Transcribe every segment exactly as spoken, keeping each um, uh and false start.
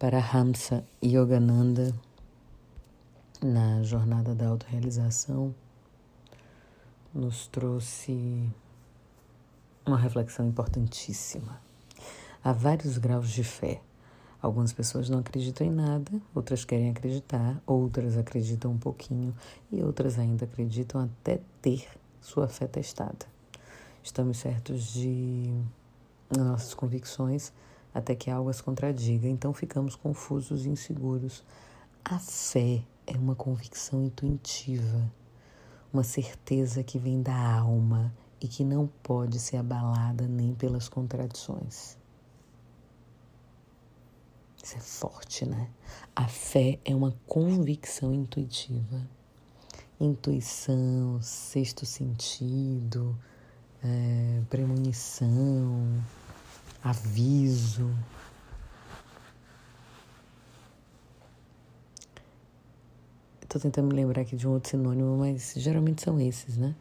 Paramahansa Yogananda, na jornada da autorrealização, nos trouxe uma reflexão importantíssima. Há vários graus de fé. Algumas pessoas não acreditam em nada, outras querem acreditar, outras acreditam um pouquinho e outras ainda acreditam até ter sua fé testada. Estamos certos de nossas convicções até que algo as contradiga, então ficamos confusos e inseguros. A fé é uma convicção intuitiva, uma certeza que vem da alma e que não pode ser abalada nem pelas contradições. Isso é forte, né? A fé é uma convicção intuitiva. Intuição, sexto sentido, é, premonição, aviso. Estou tentando me lembrar aqui de um outro sinônimo, mas geralmente são esses, né?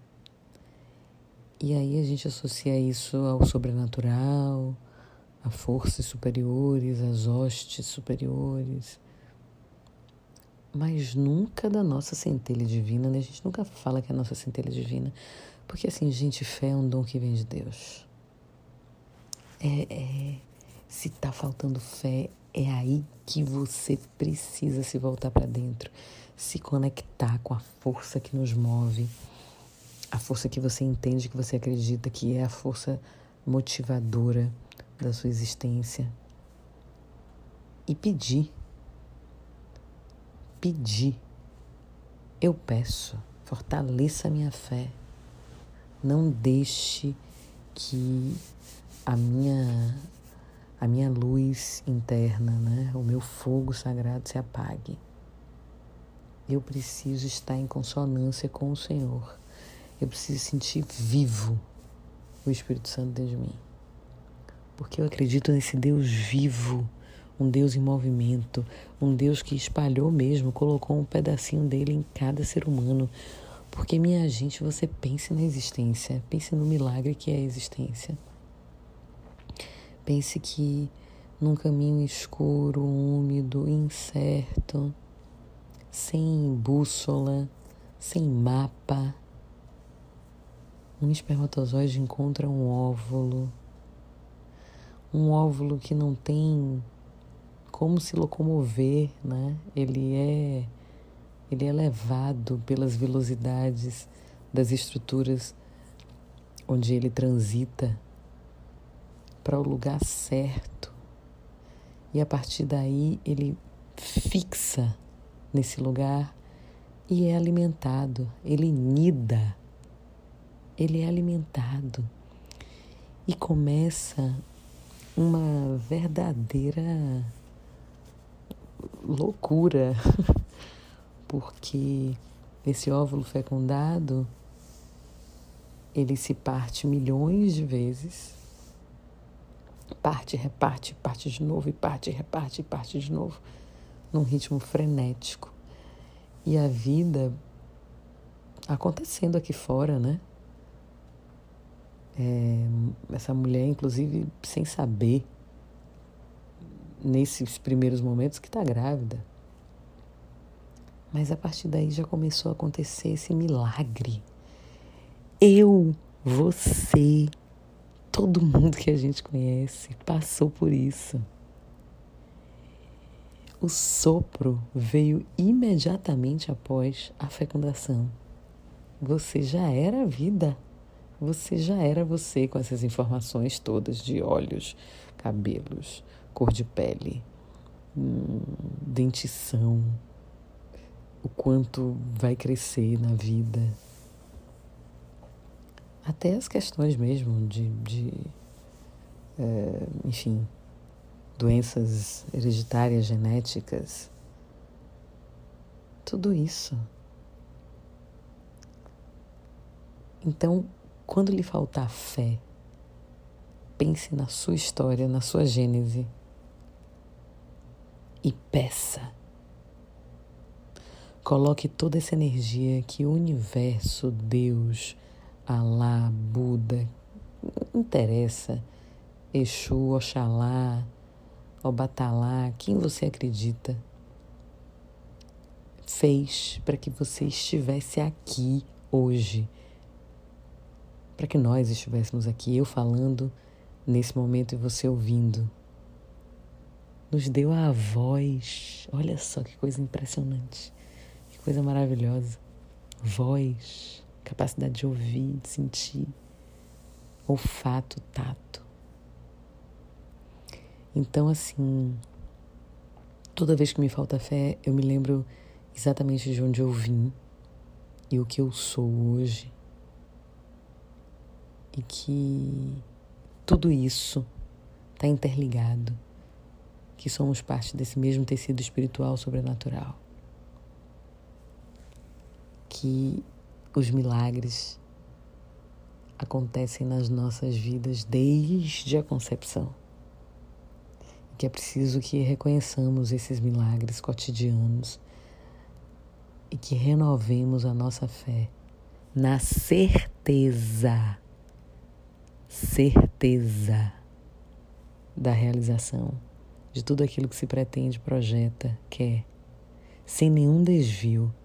E aí a gente associa isso ao sobrenatural, a forças superiores, as hostes superiores, mas nunca da nossa centelha divina, né? A gente nunca fala que é a nossa centelha divina, porque assim, gente, fé é um dom que vem de Deus. É, é, se tá faltando fé, é aí que você precisa se voltar para dentro, se conectar com a força que nos move, a força que você entende, que você acredita que é a força motivadora da sua existência, e pedir, pedir, eu peço, fortaleça a minha fé, não deixe que a minha, a minha luz interna, né, o meu fogo sagrado se apague. Eu preciso estar em consonância com o Senhor, eu preciso sentir vivo o Espírito Santo dentro de mim. Porque eu acredito nesse Deus vivo, um Deus em movimento, um Deus que espalhou mesmo, colocou um pedacinho dele em cada ser humano. Porque, minha gente, você pense na existência, pense no milagre que é a existência. Pense que num caminho escuro, úmido, incerto, sem bússola, sem mapa, um espermatozoide encontra um óvulo, um óvulo que não tem como se locomover, né? Ele é, ele é levado pelas velocidades das estruturas onde ele transita para o lugar certo. E a partir daí ele fixa nesse lugar e é alimentado, ele nida, ele é alimentado e começa uma verdadeira loucura, porque esse óvulo fecundado, ele se parte milhões de vezes, parte, reparte, parte de novo, e parte, reparte, e parte de novo, num ritmo frenético. E a vida acontecendo aqui fora, né? É, essa mulher, inclusive, sem saber, nesses primeiros momentos, que está grávida. Mas a partir daí já começou a acontecer esse milagre. Eu, você, todo mundo que a gente conhece passou por isso. O sopro veio imediatamente após a fecundação. Você já era a vida. Você já era você com essas informações todas de olhos, cabelos, cor de pele, hum, dentição, o quanto vai crescer na vida. Até as questões mesmo de, de é, enfim, doenças hereditárias, genéticas, tudo isso. Então, quando lhe faltar fé, pense na sua história, na sua gênese e peça. Coloque toda essa energia que o universo, Deus, Alá, Buda, não interessa, Exu, Oxalá, Obatalá, quem você acredita, fez para que você estivesse aqui hoje, para que nós estivéssemos aqui, eu falando nesse momento e você ouvindo. Nos deu a voz, olha só que coisa impressionante, que coisa maravilhosa. Voz, capacidade de ouvir, de sentir, olfato, tato. Então, assim, toda vez que me falta fé, eu me lembro exatamente de onde eu vim e o que eu sou hoje. E que tudo isso está interligado, que somos parte desse mesmo tecido espiritual sobrenatural. Que os milagres acontecem nas nossas vidas desde a concepção. E que é preciso que reconheçamos esses milagres cotidianos e que renovemos a nossa fé na certeza, certeza da realização de tudo aquilo que se pretende, projeta, quer, sem nenhum desvio,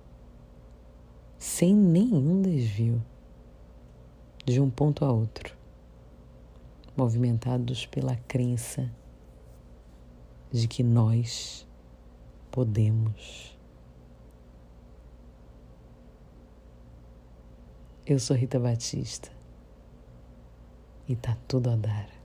sem nenhum desvio, de um ponto a outro, movimentados pela crença de que nós podemos. Eu sou Rita Batista e tá tudo a dar.